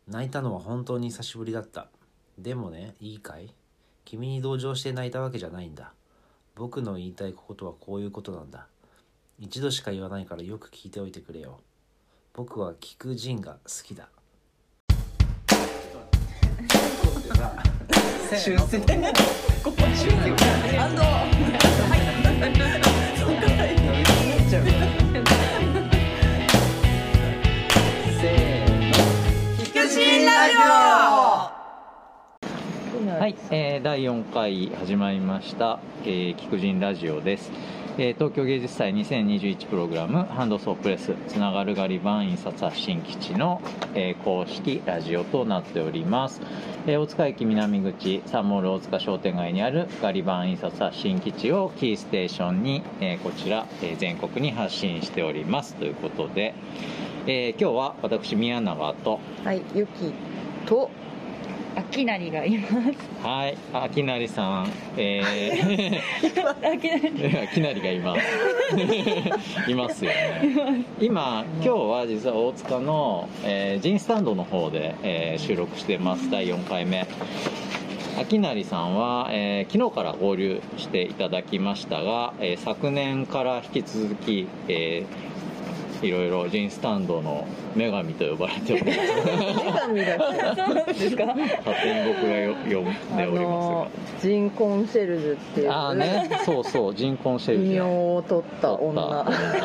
泣いたのは本当に久しぶりだった。でもね、いいかい？君に同情して泣いたわけじゃないんだ。僕の言いたいことはこういうことなんだ。一度しか言わないからよく聞いておいてくれよ。僕は聞くジンが好きだ。 修正ここ修正菊新ラジオ。 はい、第4回始まりました、菊人ラジオです。東京芸術祭2021プログラムハンドソープレスつながるガリバン印刷発信基地の、公式ラジオとなっております。大塚駅南口サンモール大塚商店街にあるガリバン印刷発信基地をキーステーションに、こちら、全国に発信しておりますということで、今日は私宮永とゆきと秋成がいます。 はい、秋成さん、秋成がいますいますよね。今日は実は大塚の、ジンスタンドの方で、収録してます。第4回目。秋成さんは、昨日から合流していただきましたが、昨年から引き続き、いろいろジンスタンドの女神と呼ばれております女神だったそうなんですか。 勝手に僕が呼んでおりますが、 ジンコンシェルジュっていうね、そうジンコンシェルジュ異名を取った女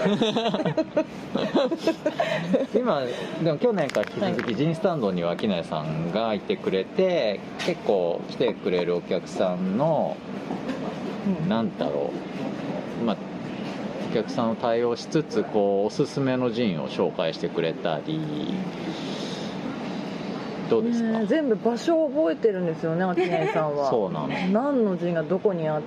今でも去年から引き続きジンスタンドには秋成さんがいてくれて、結構来てくれるお客さんの、なんだろう、お客さんを対応しつつおすすめのジンを紹介してくれたり。どうですか？ 全部場所を覚えてるんですよね、秋成さんはそうなの。 何のジンがどこにあって、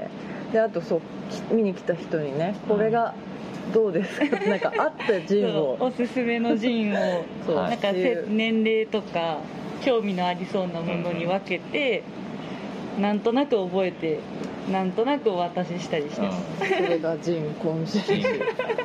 であと見に来た人にね、これがどうですかなんかあったジンをおすすめのジンをなんか年齢とか興味のありそうなものに分けて、なんとなく覚えてなんとなくお渡ししたりしてます、 それがジンコンシェルジュ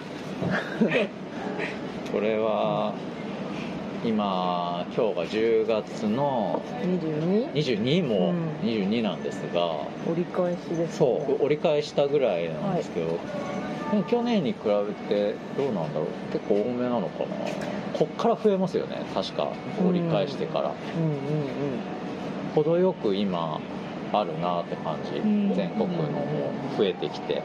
これは今日が10月の 22も22なんですが、 折り返しですね。 そう折り返したぐらいなんですけど、去年に比べてどうなんだろう、結構多めなのかな。こっから増えますよね、確か折り返してから、程よく今あるなって感じ、全国のも増えてきて、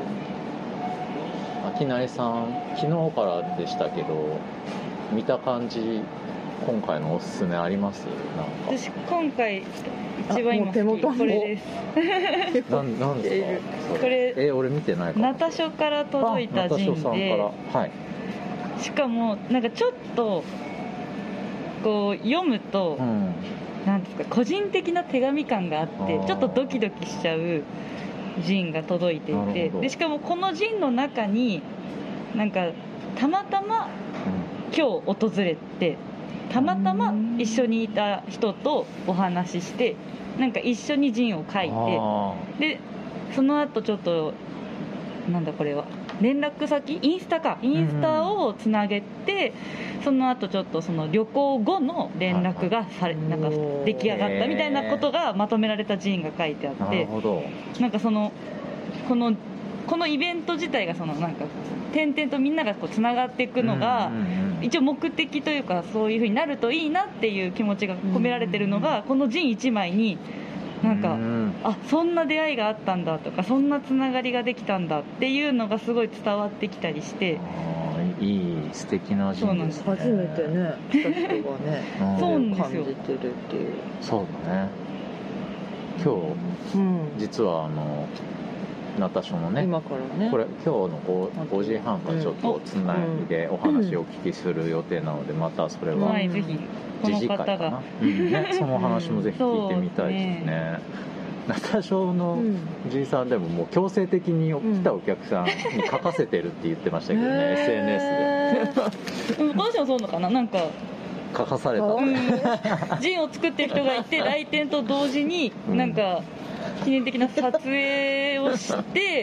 秋成さん昨日からでしたけど、見た感じ今回のおすすめあります？なんか私今回一番今好きこれですなんですかこれ？ 俺見てないかも。 ナタショから届いたジンで、しかもなんかちょっと読むと、なんですか、個人的な手紙感があってちょっとドキドキしちゃうジンが届いていて、でしかもこのジンの中になんかたまたま今日訪れて、たまたま一緒にいた人とお話しして、なんか一緒にジンを書いて、でその後ちょっとなんだこれは連絡先インスタをつなげて、その後ちょっとその旅行後の連絡がなんか出来上がったみたいなことがまとめられたジンが書いてあって、なんかこのイベント自体がなんか点々とみんながつながっていくのが一応目的というか、そういう風になるといいなっていう気持ちが込められてるのがこのジン1枚になんか、そんな出会いがあったんだとか、そんなつながりができたんだっていうのがすごい伝わってきたりして、 いい素敵なジンですね。 初めてね来た人がねそうなんですよ。 感じてるっていう。 そうだね。今日、実はナタショのね、 今からね、 これ今日の 5時半からちょっとつないでお話をお聞きする予定なので、またそれはぜひこの方がその話もぜひ聞いてみたいですね。ナタショのじいさんでももう強制的に来たお客さんに書かせてるって言ってましたけどね、SNS で。 どうしてもそうのかな、なんか書かされた、 ジンを作ってる人がいて、来店と同時になんか記念的な撮影をして、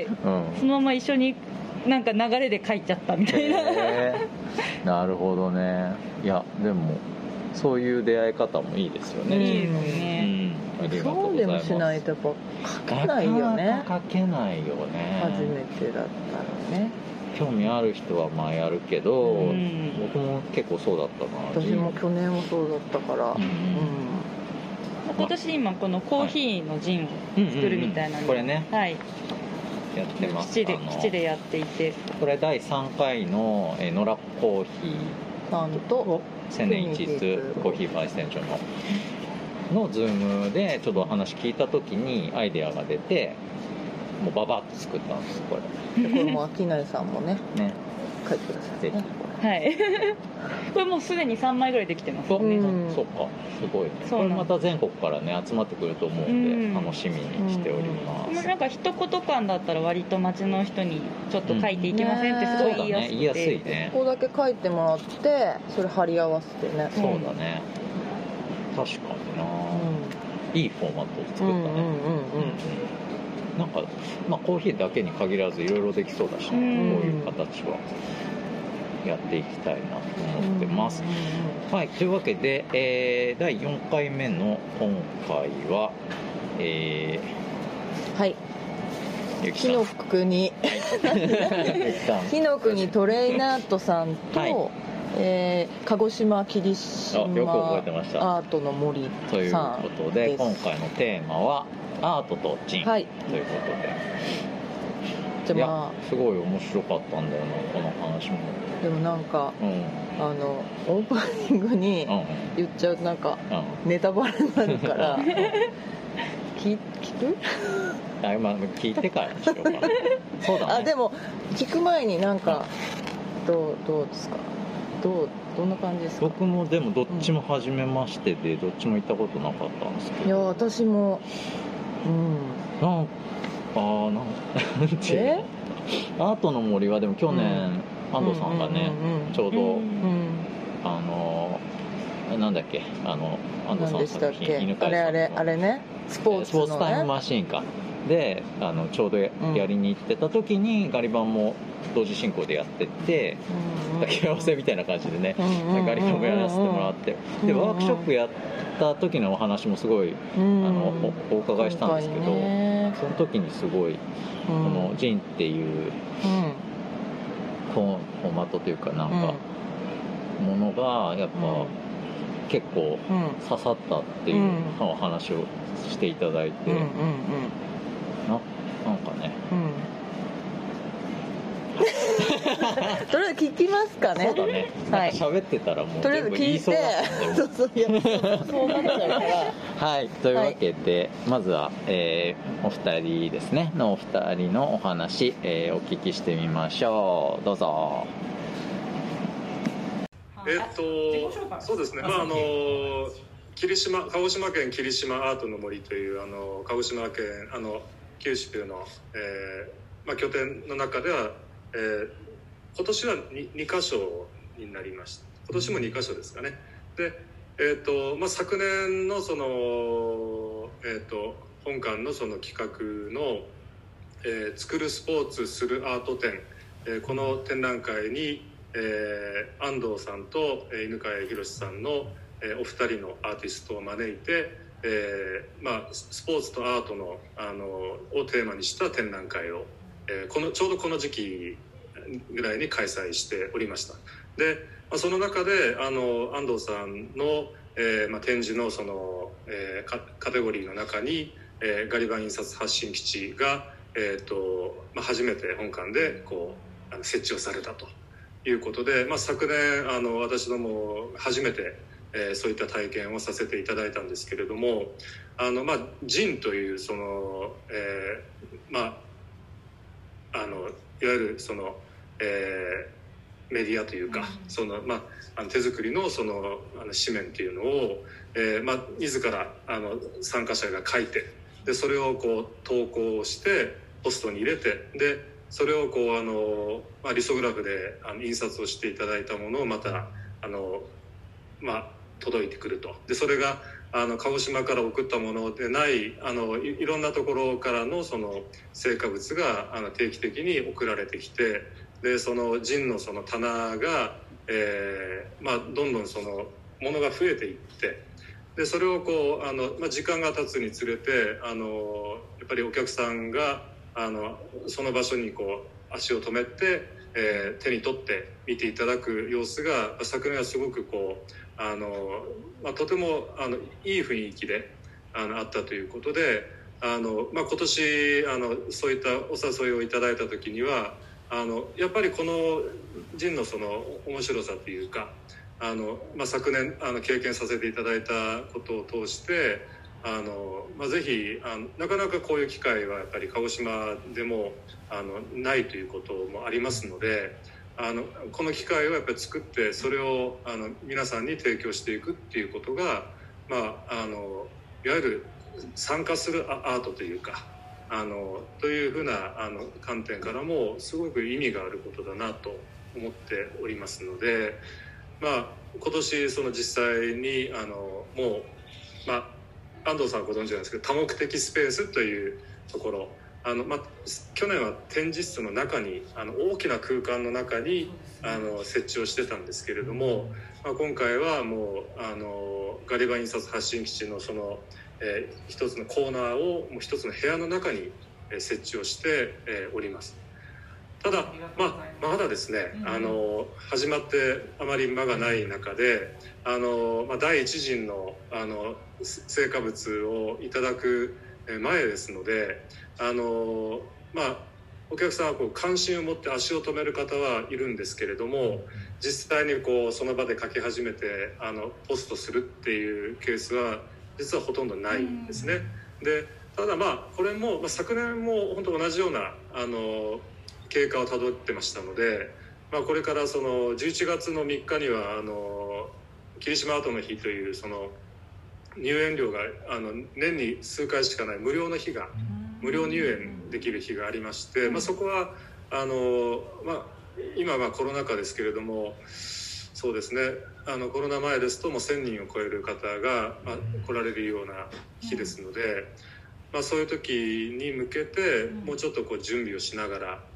そのまま一緒になんか流れで書いちゃったみたいな、 なるほどね。いやでもそういう出会い方もいいですよね。 いいですね、 ありがとうそうございます。 でもしないとやっぱ書けないよね。 なかなか書けないよね。 初めてだったらね。 興味ある人はまあやるけど、僕も結構そうだったな。 私も去年もそうだったから、 今年今このコーヒーのジンを作るみたいなの、 これね、 はい、 やってます。 基地でやっていて、 これ第3回の野良コーヒーさんと千年一律コーヒー焙煎所のズームでちょっと話聞いた時にアイデアが出て、もうババッと作ったんです。これこれも商いさんもね書いてくださいね。 はいこれもうすでに3枚ぐらいできてますね。 そうか、すごいね。これまた全国からね集まってくると思うんで楽しみにしております。 なんか一言間だったら割と町の人にちょっと書いていけませんってすごい言いやすくて、 言いやすいね。 ここだけ書いてもらってそれ貼り合わせてね。 そうだね、確かにな、いいフォーマットを作ったね。なんか、まあ、コーヒーだけに限らずいろいろできそうだし、ね、こういう形はやっていきたいなと思ってます。はい、というわけで、第4回目の今回は、 はい、火の国火の国トレイナートさんと、はい、鹿児島霧島よく覚えてましたアートの森さんということで今回のテーマはアートとジン、はい、ということで、すごい面白かったんだよなこの話も。 でもなんか、オープニングに言っちゃうとなんか、ネタバレになるから聞く？ 今聞いてからにしようかなそうだね。 でも聞く前になんか、どうですか？どんな感じですか？ 僕もでもどっちも初めましてで、どっちも行ったことなかったんですけど。 いや私もなんていうの、アートの森はでも去年、安藤さんがね、ちょうど、なんだっけ安藤さんの作品犬飼さんのあれねスポーツタイムマシーンかでちょうどやりに行ってた時にガリバンも同時進行でやってて、抱き合わせみたいな感じでね、ガリバンもやらせてもらって、でワークショップやった時のお話もすごいお伺いしたんですけど、その時にすごいこのジンっていうフォーマットというかなんかものがやっぱ結構刺さったっていうお話をしていただいて、なんかね、 とりあえず聞きますかね。 そうだね。なんか喋ってたらもう全部言いそうだったんで。 そうなっちゃうから。 はい、というわけで、まずは、お二人ですねのお二人のお話、お聞きしてみましょう。どうぞ。 そうですね。鹿児島県霧島アートの森という鹿児島県九州の、拠点の中では、今年は 2カ所になりました。今年も2カ所ですかね。で、昨年のその本館のその企画の、作るスポーツするアート展、この展覧会に、安藤さんと犬飼博さんのお二人のアーティストを招いて、スポーツとアートの、をテーマにした展覧会を、ちょうどこの時期ぐらいに開催しておりました。で、その中で安藤さんの、展示のその、カテゴリーの中に、ガリバン印刷発信基地が、初めて本館でこう設置をされたということで、昨年私ども初めてそういった体験をさせていただいたんですけれども、ジンというその、いわゆるその、メディアというか、その手作りのその紙面っていうのを、自ら参加者が書いて、でそれをこう投稿してポストに入れて、でそれをこうリソグラフで印刷をしていただいたものをまた届いてくると。でそれが鹿児島から送ったものでないいろんなところからのその成果物が定期的に送られてきて、でそのジンのその棚が、どんどんそのものが増えていって、でそれをこう時間が経つにつれてやっぱりお客さんがその場所にこう足を止めて、手に取って見ていただく様子が昨年はすごくこうとてもいい雰囲気であったということで、今年そういったお誘いをいただいた時にはやっぱりこのジンのその面白さというか昨年経験させていただいたことを通してぜひなかなかこういう機会はやっぱり鹿児島でもないということもありますのでこの機会をやっぱり作ってそれを皆さんに提供していくっていうことがいわゆる参加するアートというかというふうな観点からもすごく意味があることだなと思っておりますので、今年その実際にもう安藤さんはご存知なんですけど多目的スペースというところ去年は展示室の中に大きな空間の中に設置をしてたんですけれども、今回はもうガリバ印刷発信基地のその一つのコーナーをもう一つの部屋の中に設置をしております。ただまだですね始まってあまり間がない中で第一陣の成果物をいただく前ですのでお客さんはこう関心を持って足を止める方はいるんですけれども実際にこうその場で書き始めてポストするっていうケースは実はほとんどないんですね。でただこれも昨年も本当同じような経過をたどってましたので、これからその11月の3日には霧島アートの日というその入園料が年に数回しかない無料の日が無料入園できる日がありまして、そこは今はコロナ禍ですけれどもそうですねコロナ前ですともう1000人を超える方が来られるような日ですので、そういう時に向けてもうちょっとこう準備をしながら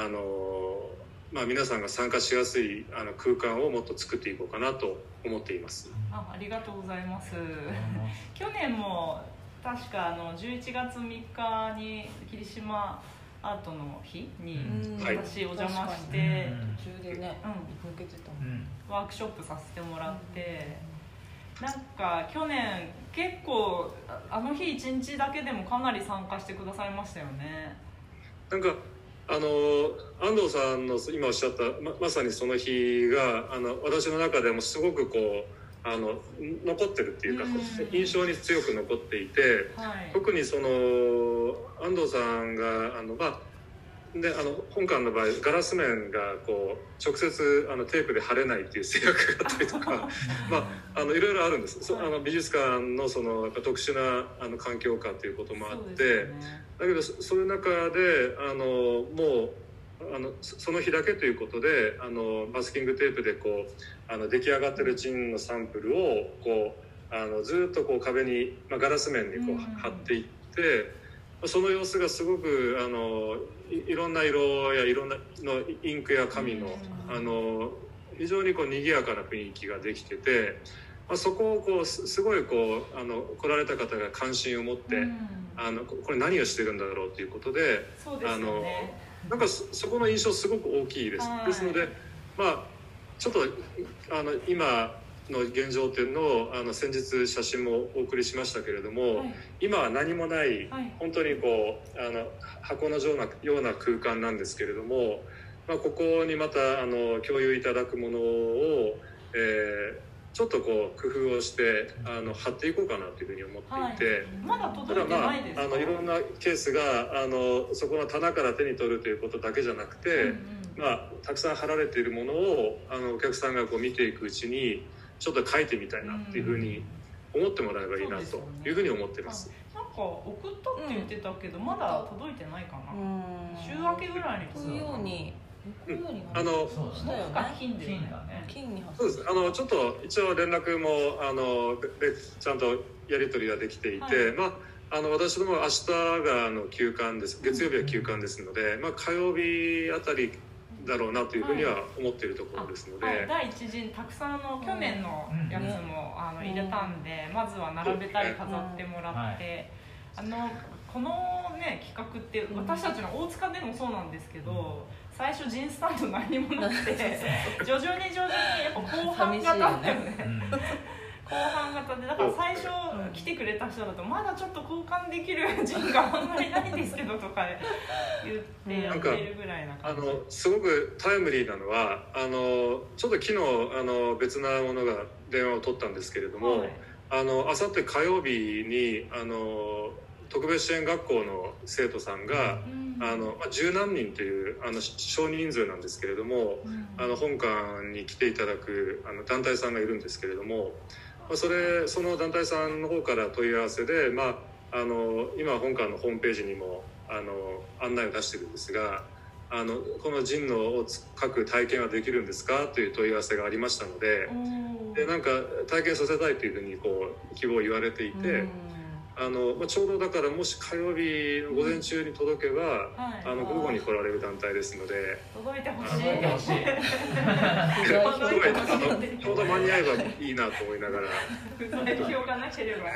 皆さんが参加しやすい空間をもっと作っていこうかなと思っています。 ありがとうございます。去年も確か11月3日に霧島アートの日に私お邪魔して途中でね抜けてたワークショップさせてもらってなんか去年結構日一日だけでもかなり参加してくださいましたよね。 なんか安藤さんの今おっしゃった まさにその日が私の中でもすごくこう残ってるっていうか印象に強く残っていて、特にその安藤さんが本館の場合ガラス面がこう直接テープで貼れないっていう制約があったりとかいろいろあるんです。美術館のその特殊な環境下ということもあって、だけどそういう中でもうその日だけということでマスキングテープでこう出来上がってるジンのサンプルをこうずっとこう壁に、ガラス面にこう貼っていって、その様子がすごくいろんな色やいろんなのインクや紙の非常にこう賑やかな雰囲気ができてて、そこをこうすごいこう来られた方が関心を持って、これ何をしてるんだろうということで、なんかそこの印象すごく大きいです。ですのでちょっと今の現状っていうのを先日写真もお送りしましたけれども、今は何もない、本当にこう箱のような空間なんですけれども、ここにまた共有いただくものを、ちょっとこう工夫をして貼っていこうかなというふうに思っていて、 まだ届いてないですか？ いろんなケースがそこの棚から手に取るということだけじゃなくて、たくさん貼られているものをお客さんがこう見ていくうちにちょっと書いてみたいなっていうふうに思ってもらえばいいなというふうに思ってます。 なんか送ったって言ってたけど、まだ届いてないかな。週明けぐらいに届くように。 そうです。ちょっと一応連絡もちゃんとやり取りができていて、私ども明日が休館です。月曜日は休館ですので、火曜日あたりだろうなというふうには思っているところですので、 第一陣たくさん去年のやつも入れたんで、まずは並べたり飾ってもらって、このね企画って私たちの大塚でもそうなんですけど、最初ジンスタンド何もなくて徐々にやっぱ後半型だよね後半型で、だから最初来てくれた人だとまだちょっと交換できるジンがあんまりないんですけどとか言ってやってるぐらいな感じ。 すごくタイムリーなのはちょっと昨日別なものが電話を取ったんですけれども、あさって火曜日に特別支援学校の生徒さんが十何人という少人数なんですけれども、本館に来ていただく団体さんがいるんですけれども、その団体さんの方から問い合わせで、今本館のホームページにも案内を出してるんですが、このジンを書く体験はできるんですかという問い合わせがありましたので、なんか体験させたいというふうに希望を言われていて、ちょうどだからもし火曜日の午前中に届けば、午後に来られる団体ですので、 届いてほしいちょうど間に合えばいいなと思いながら代表がなければ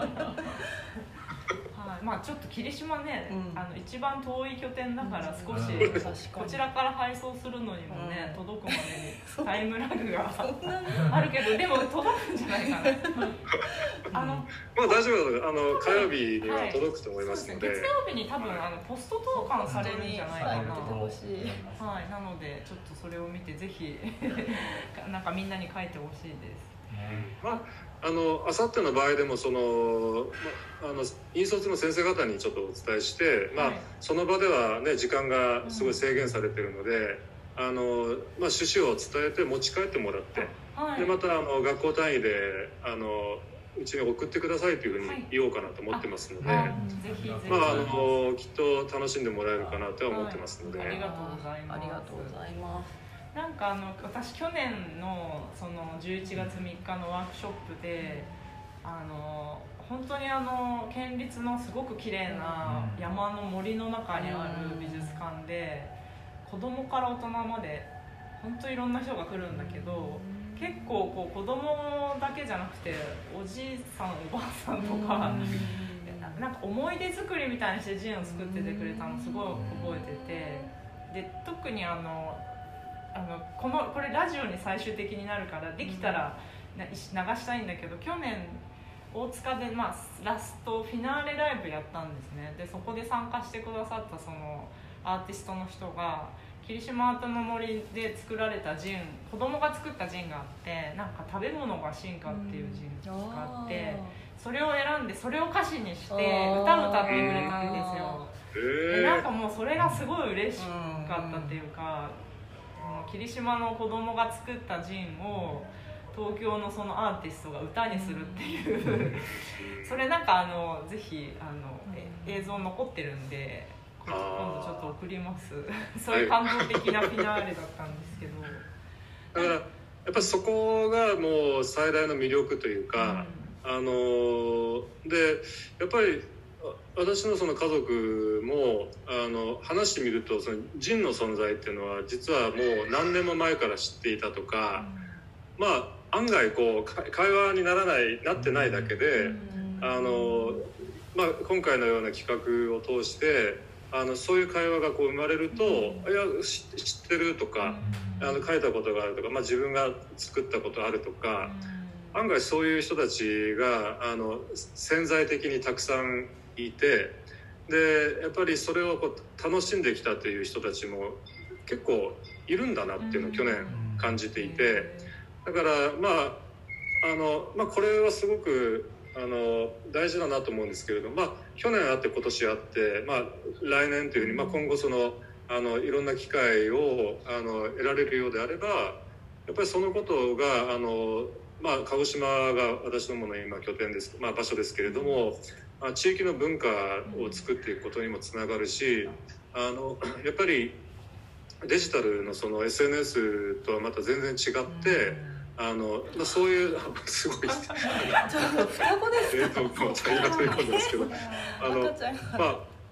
ちょっと霧島ね、一番遠い拠点だから少しこちらから配送するのにもね、届くまでにタイムラグがあるけど、でも届くんじゃないかな大丈夫、火曜日には届くと思いますので、 月曜日に多分ポスト投函されるんじゃないかな。なのでちょっとそれを見てぜひなんかみんなに書いてほしいです。 あさっての場合でも引率の先生方にちょっとお伝えして、その場ではね時間がすごい制限されているので、趣旨を伝えて持ち帰ってもらって、でまた学校単位でうちに送ってくださいというふうに言おうかなと思ってますので、きっと楽しんでもらえるかなとは思ってますので、 ありがとうございます。ありがとうございます。なんか私去年のその11月3日のワークショップで本当に県立のすごく綺麗な山の森の中にある美術館で、子供から大人まで本当いろんな人が来るんだけど、結構子供だけじゃなくておじいさんおばあさんとかなんか思い出作りみたいにしてジンを作っててくれたのすごい覚えてて、で特にこれラジオに最終的になるからできたら流したいんだけど、去年大塚で、ラストフィナーレライブやったんですね。でそこで参加してくださったそのアーティストの人が霧島アートの森で作られたジン、子供が作ったジンがあって、なんか食べ物が進化っていうジンがあって、それを選んでそれを歌詞にして歌を歌ってくれたんですよ。でなんかもうそれがすごい嬉しかったっていうか、霧島の子供が作ったジンを東京のそのアーティストが歌にするっていうそれなんかぜひ映像残ってるんで今度ちょっと送りますそういう感動的なフィナーレだったんですけど、 だからやっぱそこがもう最大の魅力というか、でやっぱり私のその家族も話してみると、そのジンの存在っていうのは実はもう何年も前から知っていたとか、案外会話になってないだけで、今回のような企画を通してそういう会話が生まれると、いや知ってるとか書いたことがあるとか、自分が作ったことあるとか、案外そういう人たちが潜在的にたくさんいて、でやっぱりそれを楽しんできたという人たちも結構いるんだなっていうのを去年感じていて、だからこれはすごく大事だなと思うんですけれど、去年あって今年あって、来年というふうに、今後いろんな機会を得られるようであれば、やっぱりそのことが鹿児島が私どもの今拠点です、場所ですけれども、地域の文化を作っていくことにもつながるし、やっぱりデジタルのその SNS とはまた全然違って、そういうすごいちょっと双子ですか？ ということですけど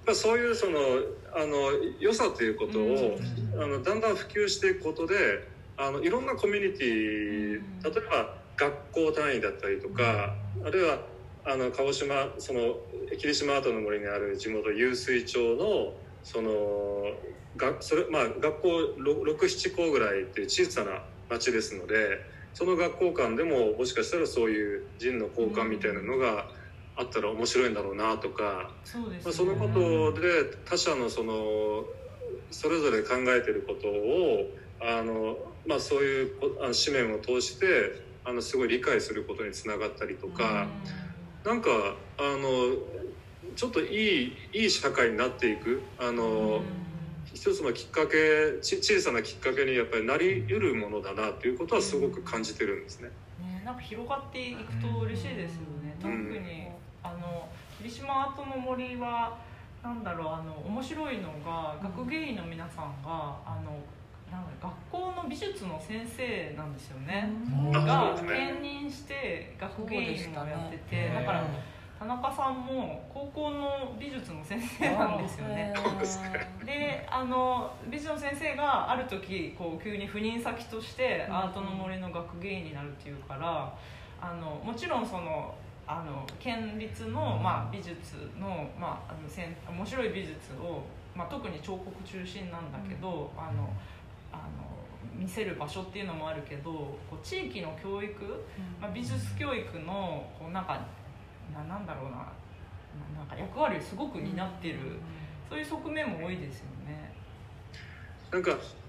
そういう良さということをだんだん普及していくことでいろんなコミュニティ、例えば学校単位だったりとか、あるいは鹿児島霧島跡の森にある地元湧水町の学校 6,7 校ぐらいっていう小さな町ですので、その学校間でももしかしたらそういう人の交換みたいなのがあったら面白いんだろうなとか、 そうですね、 そのことで他者のそれぞれ考えていることをそういう紙面を通してすごい理解することにつながったりとか、なんかちょっといい社会になっていく一つのきっかけ、小さなきっかけにやっぱりなり得るものだなということはすごく感じてるんですね。 なんか広がっていくと嬉しいですよね。特に霧島跡の森はなんだろう、面白いのが学芸員の皆さんがなんか学校の美術の先生なんですよね、が兼任して学芸員もやってて、だから田中さんも高校の美術の先生なんですよね。で美術の先生がある時急に赴任先としてアートの森の学芸員になるっていうから、もちろん県立の、美術の、面白い美術を、特に彫刻中心なんだけど、見せる場所っていうのもあるけど、地域の教育、美術教育のなんだろうな、なんか役割をすごく担ってる、そういう側面も多いですよね。 なんか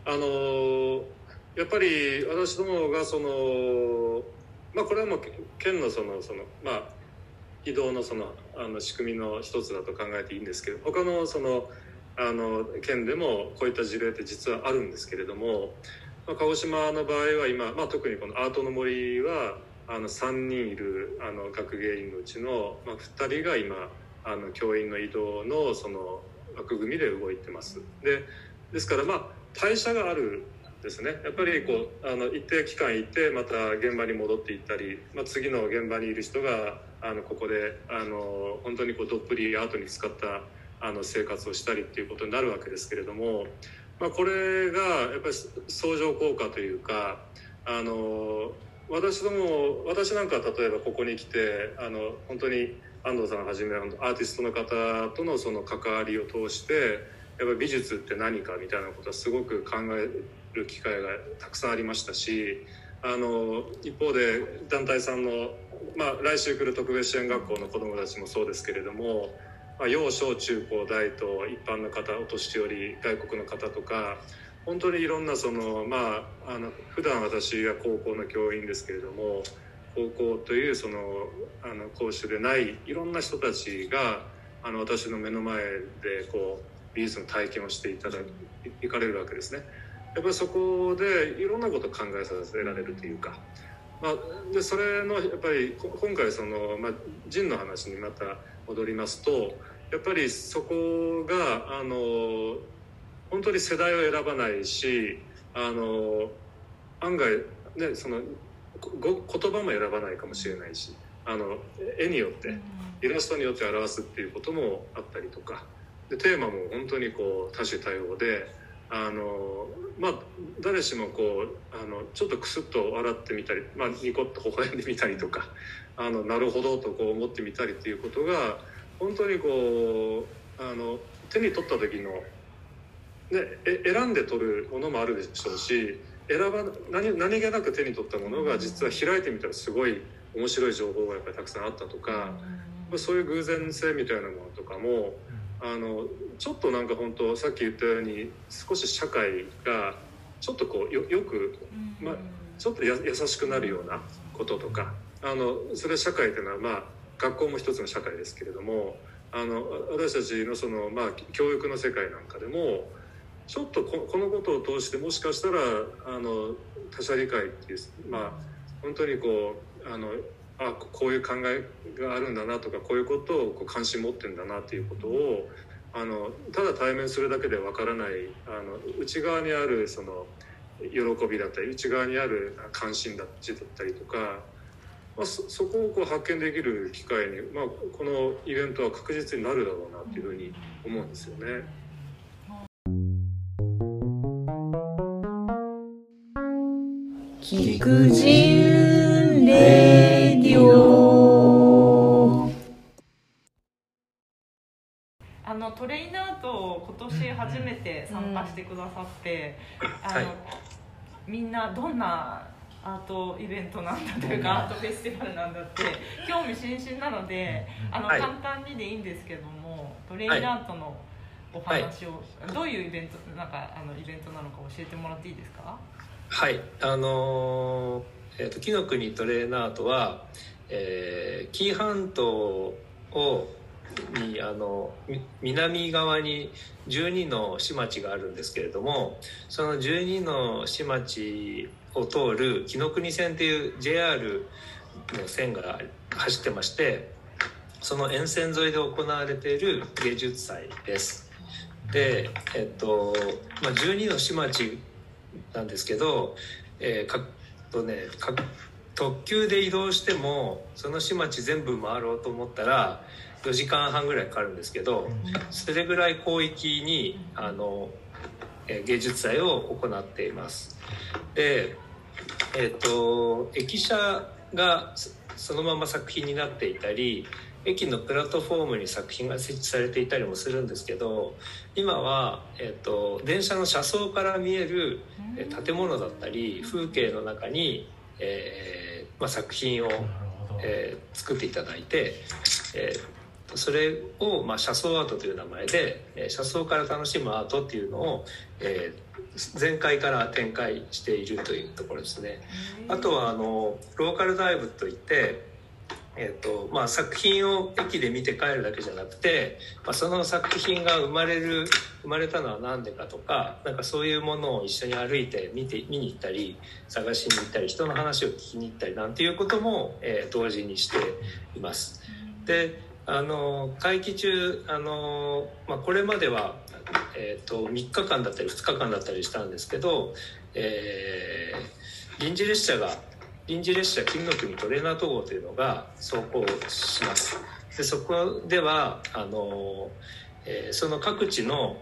やっぱり私どもがこれはもう県の移動の仕組みの一つだと考えていいんですけど、他の県でもこういった事例って実はあるんですけれども、鹿児島の場合は今、特にこのアートの森は3人いる学芸員のうちの、2人が今教員の移動の枠組みで動いてます。ですから代謝があるですね。やっぱり一定期間いてまた現場に戻っていったり、次の現場にいる人がここで本当にどっぷりアートに使った生活をしたりっていうことになるわけですけれども、これがやっぱり相乗効果というか、私なんか例えばここに来て本当に安藤さんはじめアーティストの方との関わりを通してやっぱり美術って何かみたいなことはすごく考える機会がたくさんありましたし、一方で団体さんの、来週来る特別支援学校の子どもたちもそうですけれども、幼小中高大と一般の方、お年寄り、外国の方とか、本当にいろんな普段私は高校の教員ですけれども、高校という講習でないいろんな人たちが私の目の前で美術の体験をしていかれるわけですね。やっぱりそこでいろんなことを考えさせられるというか、でそれのやっぱり今回人の話にまた戻りますと、やっぱりそこが本当に世代を選ばないし、案外ね言葉も選ばないかもしれないし、絵によってイラストによって表すっていうこともあったりとかで、テーマも本当に多種多様で、誰しもちょっとクスッと笑ってみたり、ニコッと微笑んでみたりとか、なるほどと思ってみたりっていうことが本当に手に取った時の、選んで取るものもあるでしょうし、何気なく手に取ったものが実は開いてみたらすごい面白い情報がやっぱりたくさんあったとか、そういう偶然性みたいなものとかもちょっとなんか本当さっき言ったように少し社会がちょっとよく、ちょっと優しくなるようなこととか、それ社会というのは学校も一つの社会ですけれども、私たちの教育の世界なんかでもちょっとこのことを通してもしかしたら他者理解っていう、本当にこういう考えがあるんだなとか、こういうことを関心持ってんだなっていうことをただ対面するだけでわからない内側にある喜びだったり、内側にある関心だったりとか、 そこを発見できる機会に、このイベントは確実になるだろうなっていうふうに思うんですよね。 貴婦人レディオ。 トレイナーと今年初めて参加してくださって、みんなどんなアートイベントなんだというか、アートフェスティバルなんだって興味津々なので、簡単にでいいんですけども、トレイナーとのお話を、どういうイベントイベントなのか教えてもらっていいですか？ はい、紀の国トレーナートは、紀伊半島に南側に12の市町があるんですけれども、その12の市町を通る紀の国線という JR の線が走ってまして、その沿線沿いで行われている芸術祭です。で、12の市町なんですけど、特急で移動してもその市町全部回ろうと思ったら4時間半ぐらいかかるんですけど、それぐらい広域に芸術祭を行っています。で、駅舎がそのまま作品になっていたり、駅のプラットフォームに作品が設置されていたりもするんですけど、今は、電車の車窓から見える建物だったり風景の中に、作品を、作っていただいて、それを、車窓アートという名前で、車窓から楽しむアートっていうのを、前回から展開しているというところですね。あとはローカルダイブといって、作品を駅で見て帰るだけじゃなくて、その作品が生まれたのは何でかとか、そういうものを一緒に歩いて見に行ったり探しに行ったり、人の話を聞きに行ったりなんていうことも、同時にしています。で、会期中これまでは、3日間だったり2日間だったりしたんですけど、臨時列車金の国トレーナー統合というのが走行します。でそこではその各地の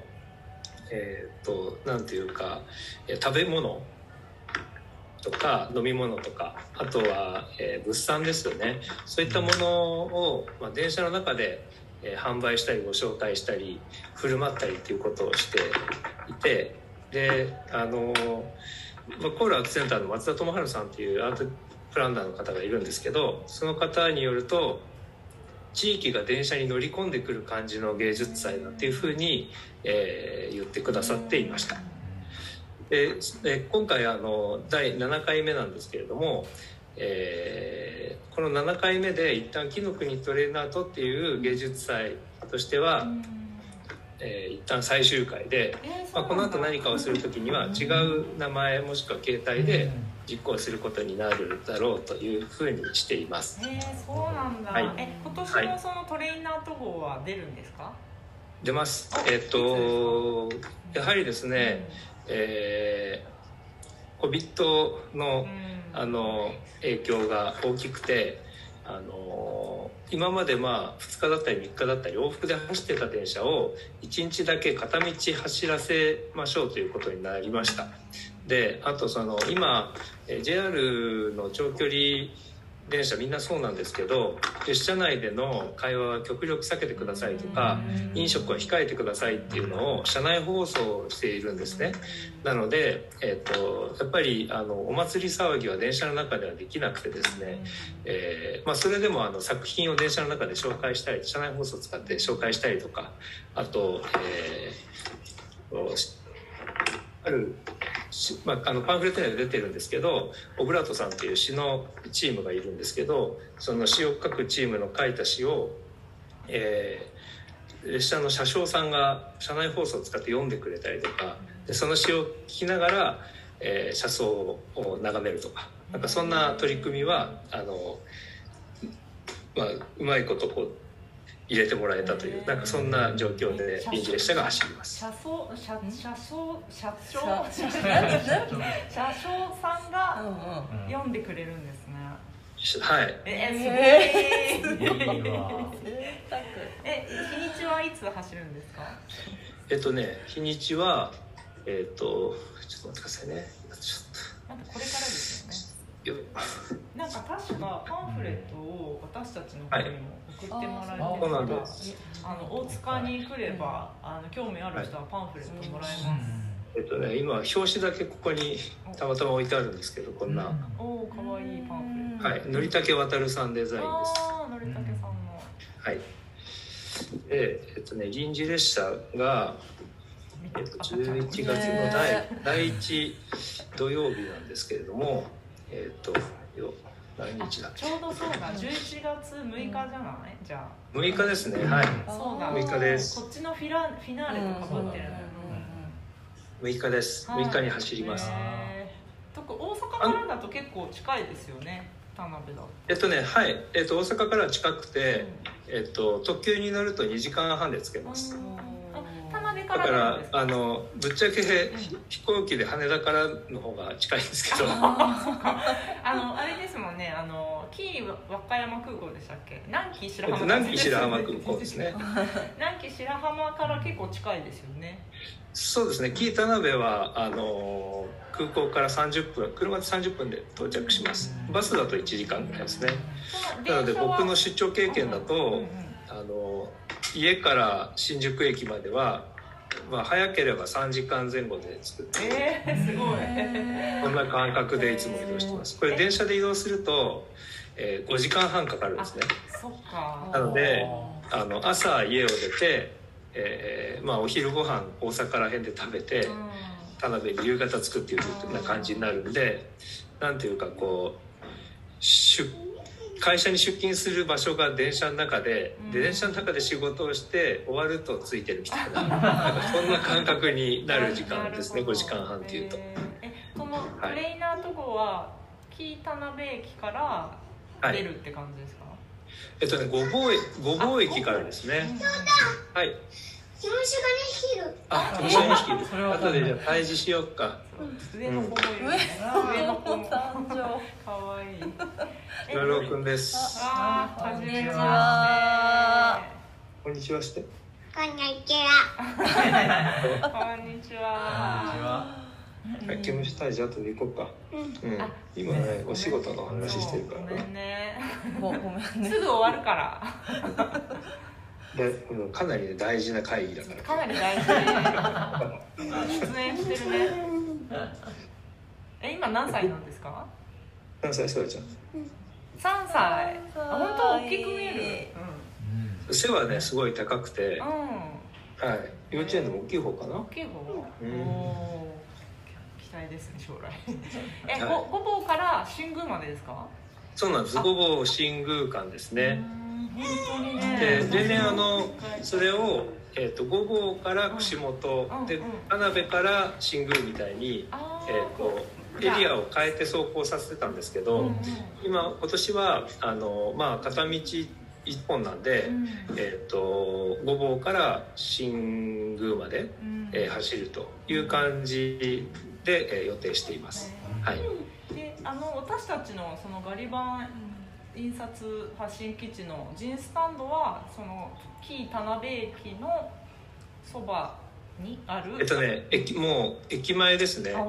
なんていうか食べ物とか飲み物とか、あとは物産ですよね。そういったものを、電車の中で販売したりご紹介したり振る舞ったりということをしていて、でコールアートセンターの松田智春さんというアートプランナーの方がいるんですけど、その方によると地域が電車に乗り込んでくる感じの芸術祭だっていうふうに、言ってくださっていました。で今回第7回目なんですけれども、この7回目で一旦紀の国トレーナートっていう芸術祭としては、一旦最終回で、この後何かをする時には違う名前もしくは形態で実行することになるだろうというふうにしています。 そうなんだ。今年もそのトレイナー統合は出るんですか？ 出ます。やはりですね、COVID の影響が大きくて、今まで2日だったり3日だったり往復で走ってた電車を1日だけ片道走らせましょうということになりました。で、あと今 JR の長距離電車みんなそうなんですけど、列車内での会話は極力避けてくださいとか、飲食は控えてくださいっていうのを車内放送しているんですね。なので、やっぱりお祭り騒ぎは電車の中ではできなくてですね、それでも作品を電車の中で紹介したり、車内放送を使って紹介したりとか、あと、あるパンフレットには出てるんですけど、オブラートさんという詩のチームがいるんですけど、その詩を書くチームの書いた詩を、列車の車掌さんが車内放送を使って読んでくれたりとかで、その詩を聞きながら、車窓を眺めるとか、そんな取り組みはうまいこと入れてもらえたという、そんな状況で臨時列車が走ります。 車掌さんが読んでくれるんですね。 はい。 すごい。 いいわ。 日にちはいつ走るんですか？ 日にちはちょっと待ってくださいね。 まだこれからですよね。なんか確かパンフレットを私たちの方にも送ってもらえて、 そうなんです。 大塚に来れば興味ある人はパンフレットもらえます。 今表紙だけここにたまたま置いてあるんですけど、こんな。 おお、かわいいパンフレット。 はい、のりたけわたるさんデザインです。 ああ、のりたけさんの。 はい。で、臨時列車が11月の第1土曜日なんですけれども、何日だっけ？ ちょうどそうだ、11月6日じゃない？じゃあ。 6日ですね。はい。 そうだ。 6日です。 こっちのフィナーレとかぶってるのよ。 6日です。6日に走ります。 大阪からだと結構近いですよね。田辺だ。 はい。大阪から近くて、特急に乗ると2時間半で着けます。 田辺からだからぶっちゃけ飛行機で羽田からの方が近いんですけど。 あれですもんね。紀伊和歌山空港でしたっけ？南紀白浜。 南紀白浜空港ですね。 南紀白浜から結構近いですよね。 そうですね。紀伊田辺は空港から30分、車で30分で到着します。バスだと1時間ぐらいですね。なので僕の出張経験だと、家から新宿駅までは、早ければ3時間前後で着く。 すごい。 こんな感覚でいつも移動してます。これ電車で移動すると、5時間半かかるんですね。 そっか。 なので朝家を出て、お昼ご飯大阪ら辺で食べて、田辺に夕方着くっていう風な感じになるんで、なんていうかこう会社に出勤する場所が電車の中で、電車の中で仕事をして終わると着いてるみたいな、なんかそんな感覚になる時間ですね。5時間半っていうと。 そのトレイナーとこは紀伊田辺駅から出るって感じですか？ 御坊駅からですね。はい。 気持ちがね、 気持ちが2匹いる。それは後でじゃあ退治しようか。 上の子もいる。上の子も誕生。かわいい。 ラローくんです。 こんにちは。 こんにちはして。 こんにちは。 こんにちは。 毛虫退治後で行こうか。今ね、お仕事の話してるから。 ごめんね。 ごめんね。 すぐ終わるから。 かなり大事な会議だから。 かなり大事。出演してるね。今何歳なんですか？ 何歳？そらちゃん。 3歳。本当大きく見える。 背はねすごい高くて、はい、幼稚園でも大きい方かな。 大きい方。期待ですね、将来。御坊から新宮までですか？ そうなんです。御坊新宮間ですね。 本当にね。 で全然それを御坊から串本で田辺から新宮みたいにエリアを変えて走行させてたんですけど、今年は片道1本なんで、御坊から新宮まで走るという感じで予定しています。はい。 で私たちのそのガリバン印刷発信基地のジンスタンドはその紀伊田辺駅のそばにある。 もう駅前ですね。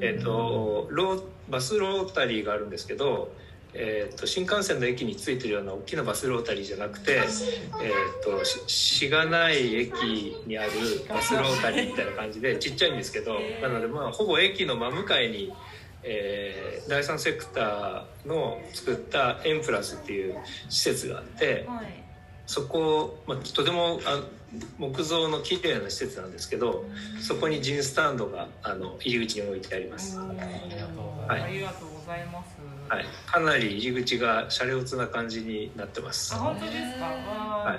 バスロータリーがあるんですけど、新幹線の駅についてるような大きなバスロータリーじゃなくて、しがない駅にあるバスロータリーみたいな感じでちっちゃいんですけど、なのでほぼ駅の真向かいに、第三セクターの作ったエンプラスっていう施設があって、そこ、とても木造の綺麗な施設なんですけど、そこにジンスタンドが入り口に置いてあります。 ありがとうございます。 はい、かなり入り口がシャレオツな感じになってます。 本当ですか？ はい、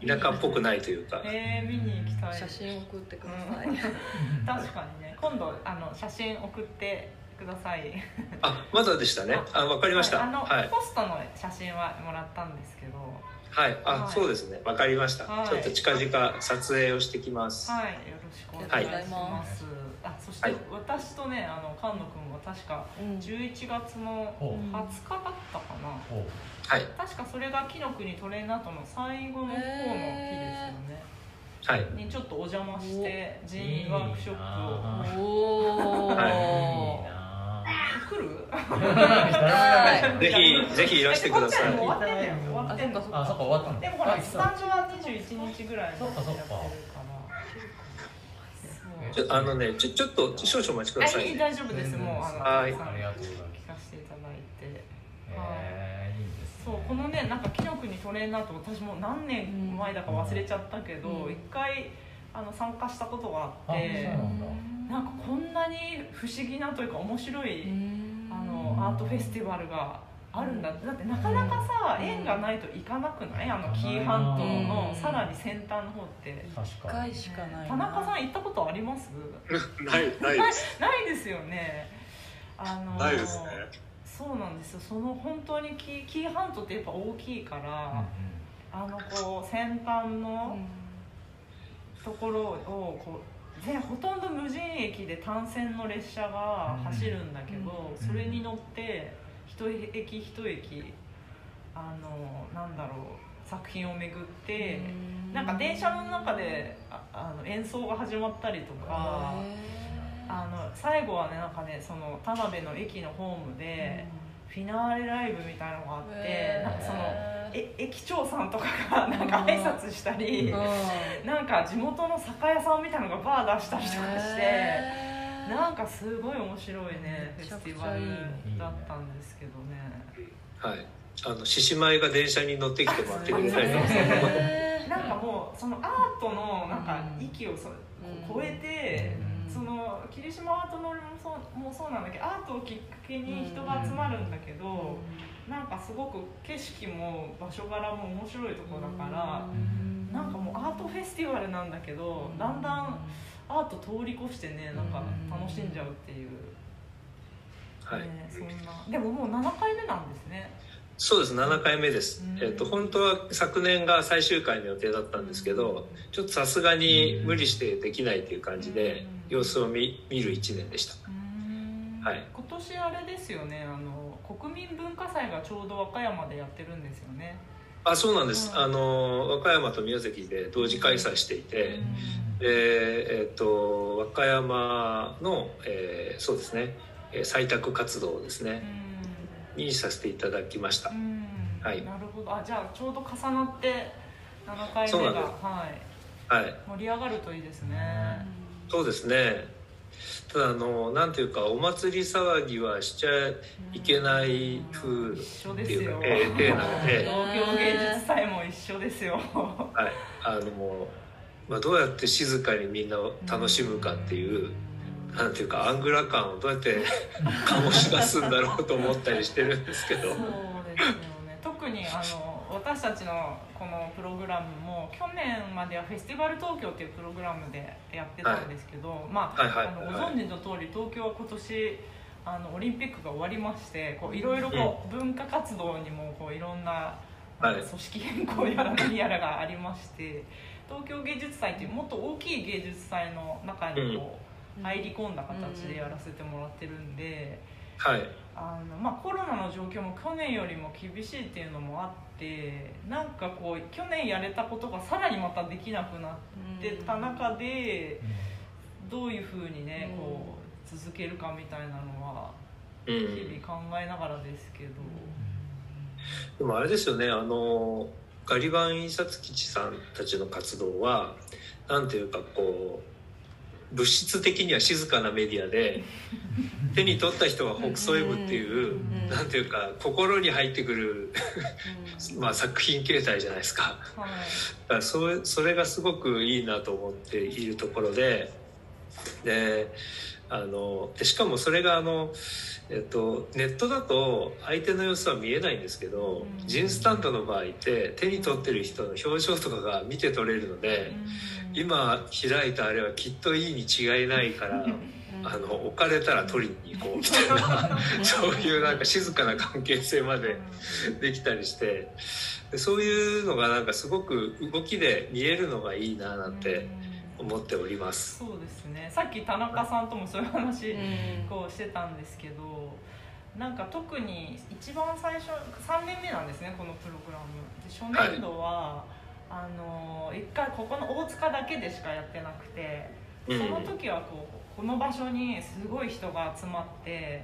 田舎っぽくないというか。 見に行きたい。 写真送ってください。 確かにね、今度写真送ってください。 まだでしたね。わかりました。 ポストの写真はもらったんですけど。 はい、そうですね。わかりました。ちょっと近々撮影をしてきます。 はい、よろしくお願いします。 そして私とね菅野君は確か11月の20日だったかな、 はい、 確かそれが紀の国トレーナーとの最後の方の日ですよね、 はい、 にちょっとお邪魔して人員ワークショップを来るぜひいらしてください。 終わってんだよ。終わってんの。あ、そっか終わったの。でもほらスタジオは21日ぐらいにやってるから。 ねちょっと少々お待ちください。 大丈夫です。もうはい。ありがとうございます。 聞かせていただいて。そうこのねなんか紀の国トレーナーと私も何年前だか忘れちゃったけど一回参加したことがあって。なんかこんなに不思議なというか面白いアートフェスティバルがあるんだって。だってなかなかさ縁がないと行かなくない？紀伊半島のさらに先端の方って 1回しかない。 田中さん行ったことあります？ ないですないですよね。 ないですね。 そうなんですよ。その本当に紀伊半島ってやっぱ大きいからこう先端のところをこうほとんど無人駅で単線の列車が走るんだけど、それに乗って一駅一駅なんだろう作品を巡ってなんか電車の中で演奏が始まったりとか最後はねなんかねその田辺の駅のホームでフィナーレライブみたいなのがあってなんかその駅長さんとかがなんか挨拶したりなんか地元の酒屋さんみたいなのがバー出したりとかしてなんかすごい面白いねフェスティバルだったんですけどね。 はい、獅子舞が電車に乗ってきてもらってるみたいななんかもうそのアートのなんか域を超えてその霧島アートのもそうなんだけどアートをきっかけに人が集まるんだけどなんかすごく景色も場所柄も面白いところだからなんかもうアートフェスティバルなんだけどだんだんアート通り越してねなんか楽しんじゃうっていう、 はいそんなでももう7回目なんですね。 そうです7回目です、本当は昨年が最終回の予定だったんですけどちょっとさすがに無理してできないという感じで様子を見る1年でした。はい、 今年あれですよね国民文化祭がちょうど和歌山でやってるんですよね。 あ、そうなんです、和歌山と宮崎で同時開催していて、和歌山の、そうですね採択活動ですね、にさせていただきました。はい、 なるほど。じゃあちょうど重なって7回目が、はい、盛り上がるといいですね。 そうですね。ただなんていうかお祭り騒ぎはしちゃいけない風っていうか体なので東京芸術祭も一緒ですよ。 はい、どうやって静かにみんなを楽しむかっていうなんていうかアングラ感をどうやって醸し出すんだろうと思ったりしてるんですけど。 そうですよね。特に私たちのこのプログラムも去年まではフェスティバル東京っていうプログラムでやってたんですけど、ご存知の通り東京は今年オリンピックが終わりましていろいろ文化活動にもいろんな組織変更やら何やらがありまして東京芸術祭っていうもっと大きい芸術祭の中に入り込んだ形でやらせてもらってるんで、 はい、 コロナの状況も去年よりも厳しいっていうのもあってなんか去年やれたことがさらにまたできなくなってた中でどういうふうにね続けるかみたいなのは日々考えながらですけど、 でもあれですよねガリバン印刷基地さんたちの活動はなんていうか物質的には静かなメディアで手に取った人は北総 M っていうなんていうか心に入ってくる作品形態じゃないですか。だからそれがすごくいいなと思っているところでしかもそれがネットだと相手の様子は見えないんですけどジンスタンドの場合って手に取ってる人の表情とかが見て取れるので今開いたあれはきっといいに違いないから置かれたら取りに行こうみたいなそういうなんか静かな関係性までできたりしてそういうのがなんかすごく動きで見えるのがいいななんて思思っております。 そうですね、さっき田中さんともそういう話こうしてたんですけど、なんか特に一番最初3年目なんですねこのプログラムで。初年度は、一回ここの大塚だけでしかやってなくて、その時はこの場所にすごい人が集まって、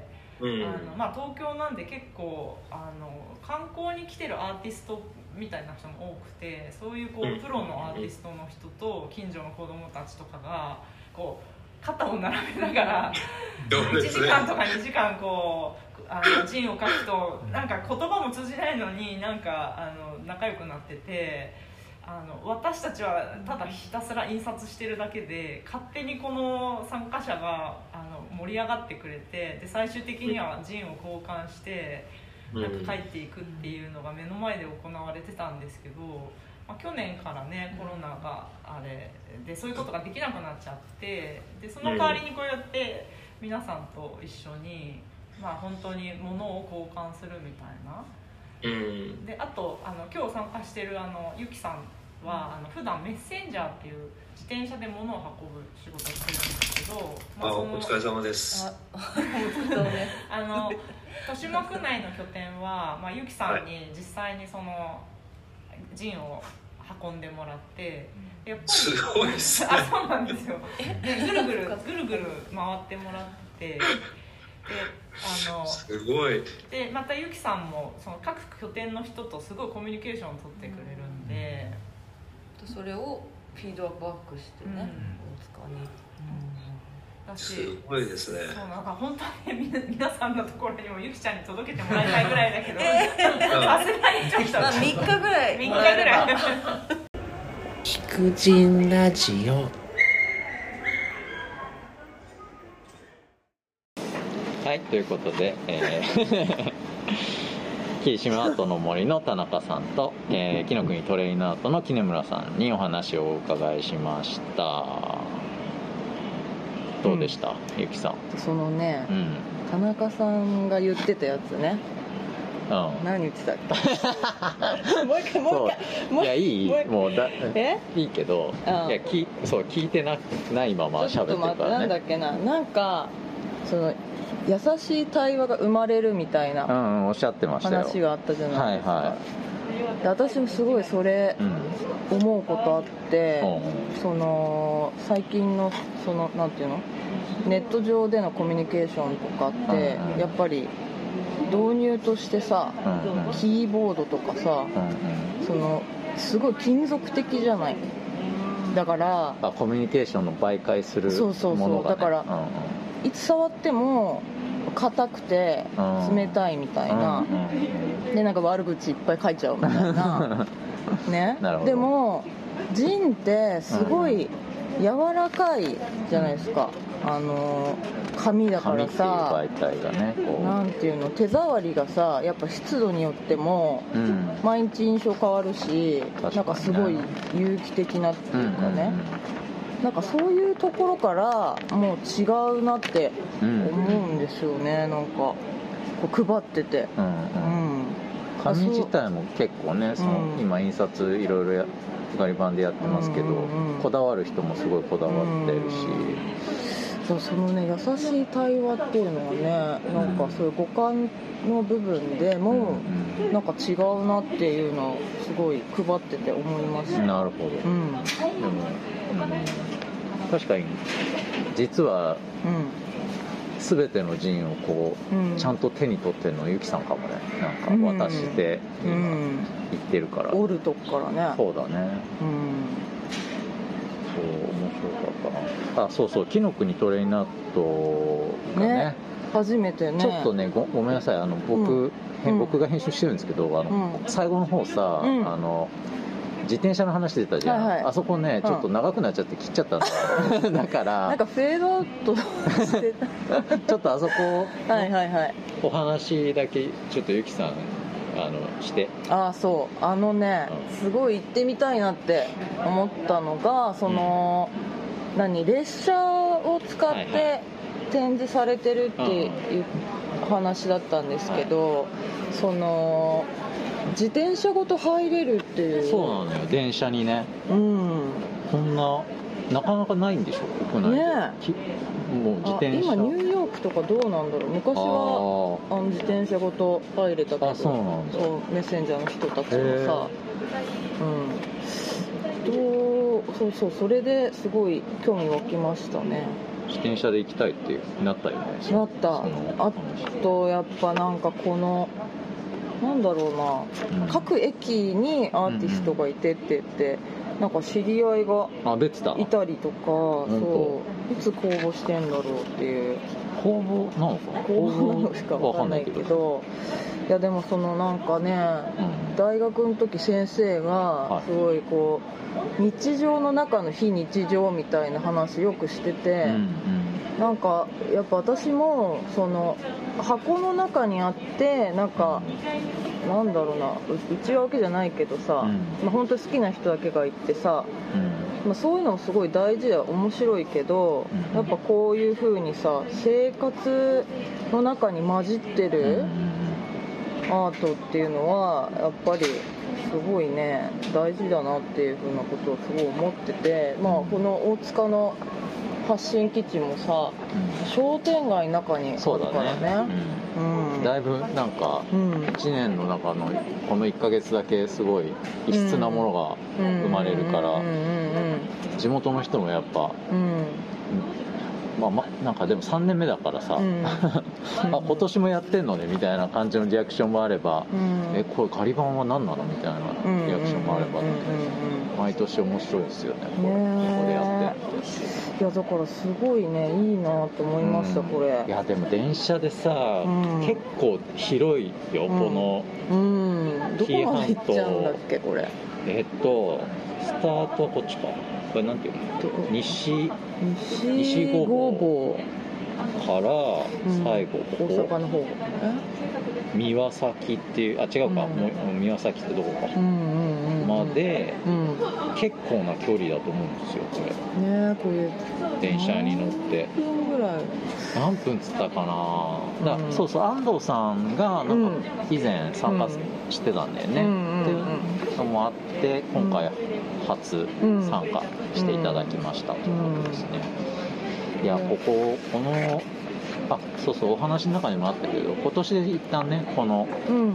東京なんで結構観光に来てるアーティストみたいな人も多くて、そういうプロのアーティストの人と近所の子供たちとかが肩を並べながら1時間とか2時間字を書くとなんか言葉も通じないのになんか仲良くなってて、私たちはただひたすら印刷してるだけで勝手にこの参加者が盛り上がってくれて、で最終的にはジンを交換してなんか帰っていくっていうのが目の前で行われてたんですけど、去年からねコロナがあれでそういうことができなくなっちゃって、でその代わりにこうやって皆さんと一緒に本当に物を交換するみたいな。であと今日参加してるゆきさんは普段メッセンジャーっていう自転車で物を運ぶ仕事をしてるんですけど、 お疲れ様です。 豊島区内の拠点は、ゆきさんに実際にそのジンを運んでもらって、やっぱりすごいですね。 そうなんですよ。ぐるぐる回ってもらって。 すごい。 でまたゆきさんもその各拠点の人とすごいコミュニケーションを取ってくれるんで、 それをフィードバックしてね、大塚に。 すごいですね。 そうなんか本当に皆さんのところにもゆきちゃんに届けてもらいたいぐらいだけど、さすがにちょっと 3日ぐらい。 聞く人ラジオ。 はい、ということで、霧島アートの森の田中さんと、紀ノ国トレインアートの杵村さんにお話をお伺いしました。どうでした、ゆきさん。 そのね、田中さんが言ってたやつね、何言ってたっけもう一回いやいいもういいけど、いや聞いてないまま喋ってるからね。ちょっと待って、 なんだっけな、なんかその優しい対話が生まれるみたいなおっしゃってましたよ。 話があったじゃないですか。で私もすごいそれ思うことあって、その最近のそのなんていうの、ネット上でのコミュニケーションとかってやっぱり導入としてさ、キーボードとかさ、そのすごい金属的じゃない。だからコミュニケーションの媒介するものがね。そうだから、いつ触っても硬くて冷たいみたいな、でなんか悪口いっぱい書いちゃうみたいなね。でもジンってすごい柔らかいじゃないですか。紙だからさ、 紙っていう媒体がね、 なんていうの、手触りがさ、やっぱ湿度によっても毎日印象変わるし、なんかすごい有機的なっていうかね、なんかそういうところからもう違うなって思うんですよね。なんかこう配ってて、 紙自体も結構ね、その今印刷いろいろガリ版でやってますけど、こだわる人もすごいこだわってるし、 そのね、優しい対話っていうのはね、なんかそういう五感の部分でもなんか違うなっていうのをすごい配ってて思いました。 なるほど。でも確かに実は全てのジンをこうちゃんと手に取ってるのゆきさんかもね。なんか渡して今言ってるから、 折るとこからね。 そうだね。そう面白かったな。そう紀ノ国トレインアートがね、 初めてね。 ちょっとね ごめんなさい、僕が編集してるんですけど、最後の方さ、自転車の話出たじゃん、あそこねちょっと長くなっちゃって切っちゃったんだよ、だからなんかフェードアウトしてたちょっとあそこお話だけちょっとゆきさんして。 そうね、すごい行ってみたいなって思ったのが、その列車を使って展示されてるっていう話だったんですけど、その自転車ごと入れるっていう。 そうなのよ、電車にね。こんななかなかないんでしょ国内で、 ね、 もう自転車今ニューヨークとかどうなんだろう。昔は自転車ごと入れたけど、 そうなんだ。 そうメッセンジャーの人たちもさ、そうそれですごい興味湧きましたね。 自転車で行きたいってなったよね。 なった。あとやっぱなんかこのなんだろうな、各駅にアーティストがいてって言って、なんか知り合いがいたりとか、そういつ公募してんだろうっていう。 公募なのかな。 公募なのしか分かんないけど、いやでもそのなんかね、大学の時先生がすごいこう日常の中の非日常みたいな話よくしてて、なんかやっぱ私もその箱の中にあって、なんかなんだろうな、内輪分けじゃないけどさ、本当に好きな人だけがいてさ、そういうのもすごい大事で面白いけど、やっぱこういう風にさ生活の中に混じってるアートっていうのはやっぱりすごいね大事だなっていう風なことをすごい思ってて、この大塚の発信基地もさ、商店街の中にあるからね。 だいぶなんか1年の中のこの1ヶ月だけすごい異質なものが生まれるから、地元の人もやっぱ、なんかでも3年目だからさ、今年もやってんのねみたいな感じのリアクションもあれば、これ仮版は何なのみたいなリアクションもあれば、毎年面白いですよね、ここでやって。 いやだからすごいねいいなと思いました、これ。 いやでも電車でさ、結構広いよ、このどこまで行っちゃうんだっけこれ。 スタートはこっちか、これなんていうの、西御坊から最後ここ、 大阪の方三輪崎っていう、違うか、三輪崎ってどこかまで、結構な距離だと思うんですよこれね。これ電車に乗って何分つったかな。そうそう、安藤さんがなんか以前参加してたんだよね、っていうのもあって今回初参加していただきましたということですね。いやこのそうそう、お話の中にもあったけど、今年で一旦ねこの、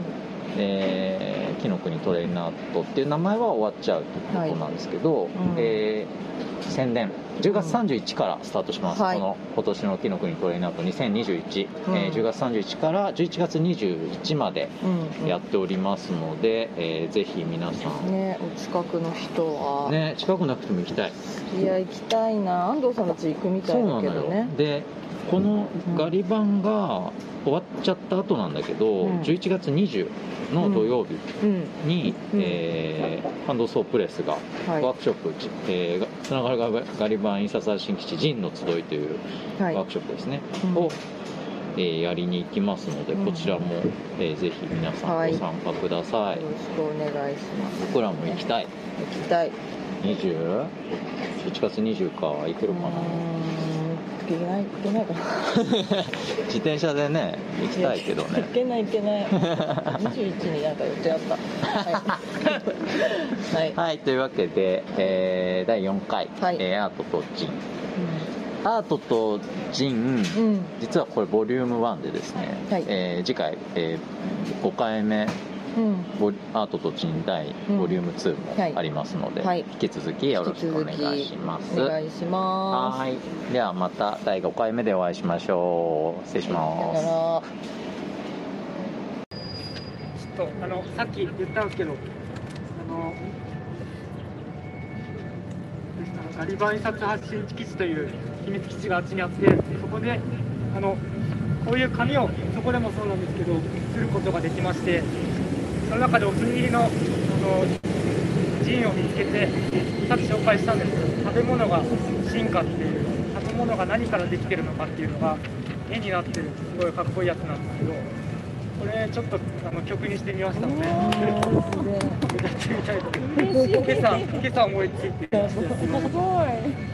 紀の国トレインアートっていう名前は終わっちゃうということなんですけど、宣伝10月31からスタートします、今年の紀の国トレインアート2021、10月31から11月21までやっておりますので、ぜひ皆さんね、お近くの人はね、近くなくても行きたい。いや行きたいな。安藤さんたち行くみたいだけどね。 でこのガリ版が終わっちゃった後なんだけど、11月20の土曜日に、ハンドソープレスがワークショップ、つながるガリ版印刷発信基地陣の集いというワークショップですね、を、やりに行きますので、こちらも、ぜひ皆さんご参加ください。よろしくお願いします。 僕らも行きたい。 11 月20か行けるかな。 いけないかな自転車でね行きたいけどね。 いけない21になんか予定あったはい、というわけで、第4回、アートとジン、アートとジン、実はこれボリューム1でですね、次回、5回目アートとジン第ボリューム2もありますので、引き続きよろしくお願いします。 お願いします。 はい、ではまた第5回目でお会いしましょう。失礼します。 ちょっとさっき言ったんですけど、ガリバン印刷発信基地という秘密基地があっちにあって、そこでこういう紙をそこでもそうなんですけど作ることができまして、その中でお気に入りのジンを見つけて、さっき紹介したんですけど、食べ物が進化っていう、食べ物が何からできてるのかっていうのが絵になってる、すごいかっこいいやつなんですけど、これちょっと曲にしてみましたので、歌ってみたいと思います。今朝思いついてやってみました。すごい。わ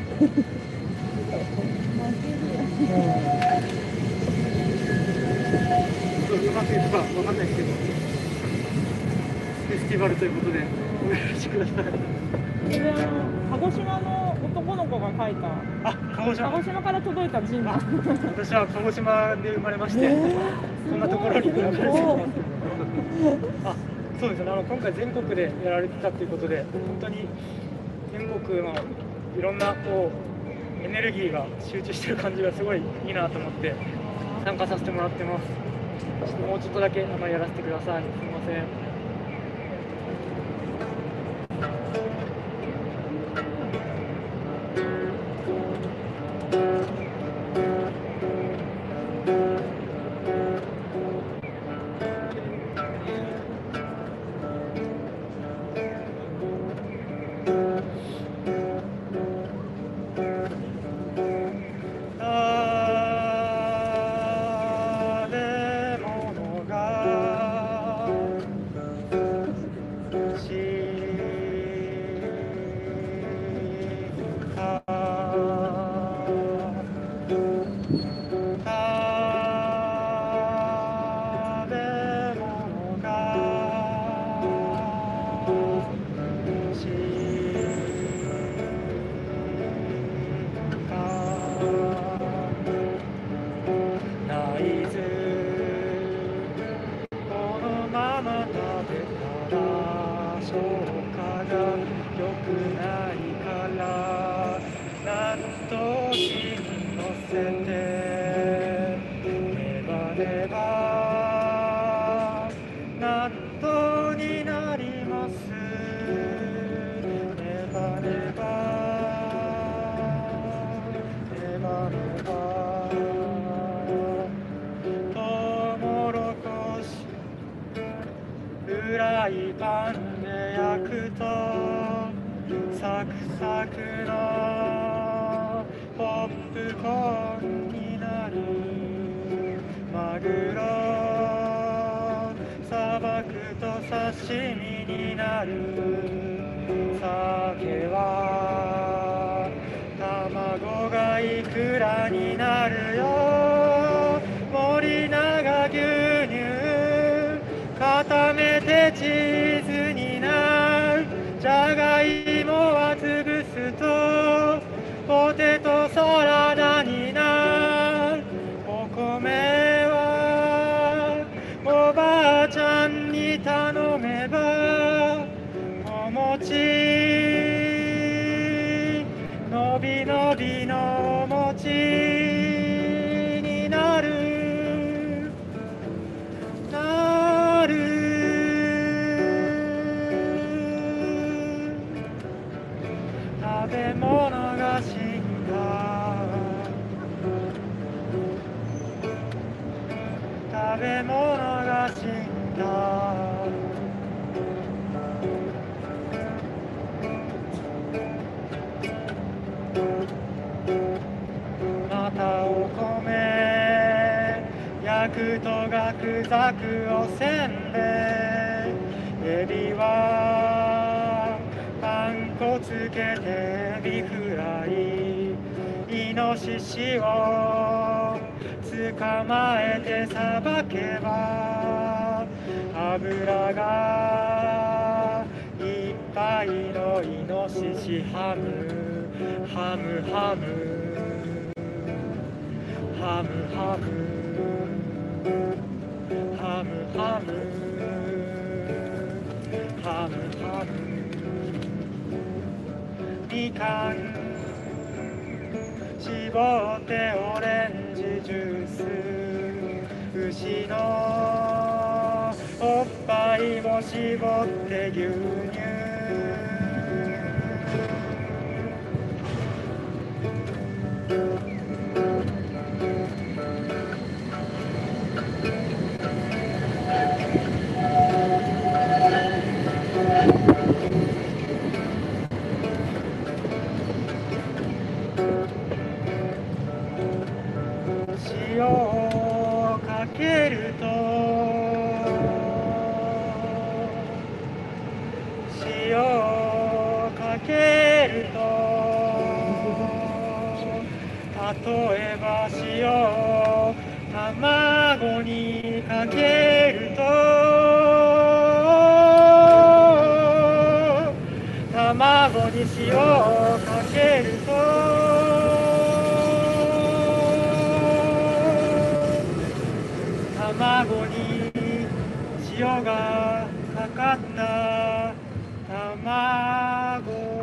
かんないですけど、フェスティバルということでお許しください。 児島の男の子が書いた。 鹿児島から届いたジンだ。 私は鹿児島で生まれまして、こんなところに暮らしてます。そうですね。今回全国でやられてたということで、本当に全国のいろんなエネルギーが集中してる感じがすごいいいなと思って参加させてもらってます。ちょっともうちょっとだけやらせてください。すみません。フライパンで焼くとサクサクのポップコーンになる。マグロさばくと刺身になる。酒は卵がいくらになるよ。森永牛乳固めてチーズになる。じゃがいもは潰すとポテトサラダになる。お米はおばあちゃんに頼めばお餅のびのびのお餅になる。食べ物が進化。食べ物が進化。またお米焼くとガクザクおせんべい。エビはパン粉つけてエビフライ。イノシシを捕まえてさばけば油がいっぱいのイノシシハム。ハムハムハムハムハムハムハムハム。みかん絞ってオレンジジュース。牛のおっぱいも絞って牛乳。塩をかけると塩をかけると例えば塩を卵にかけると卵に塩をかけると卵に塩がかかった卵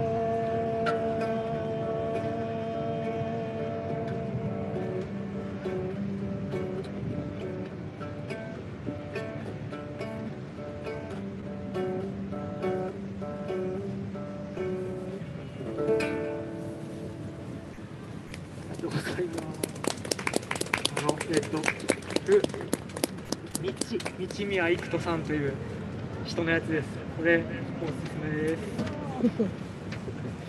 道宮育人さんという人のやつです。これおすすめです。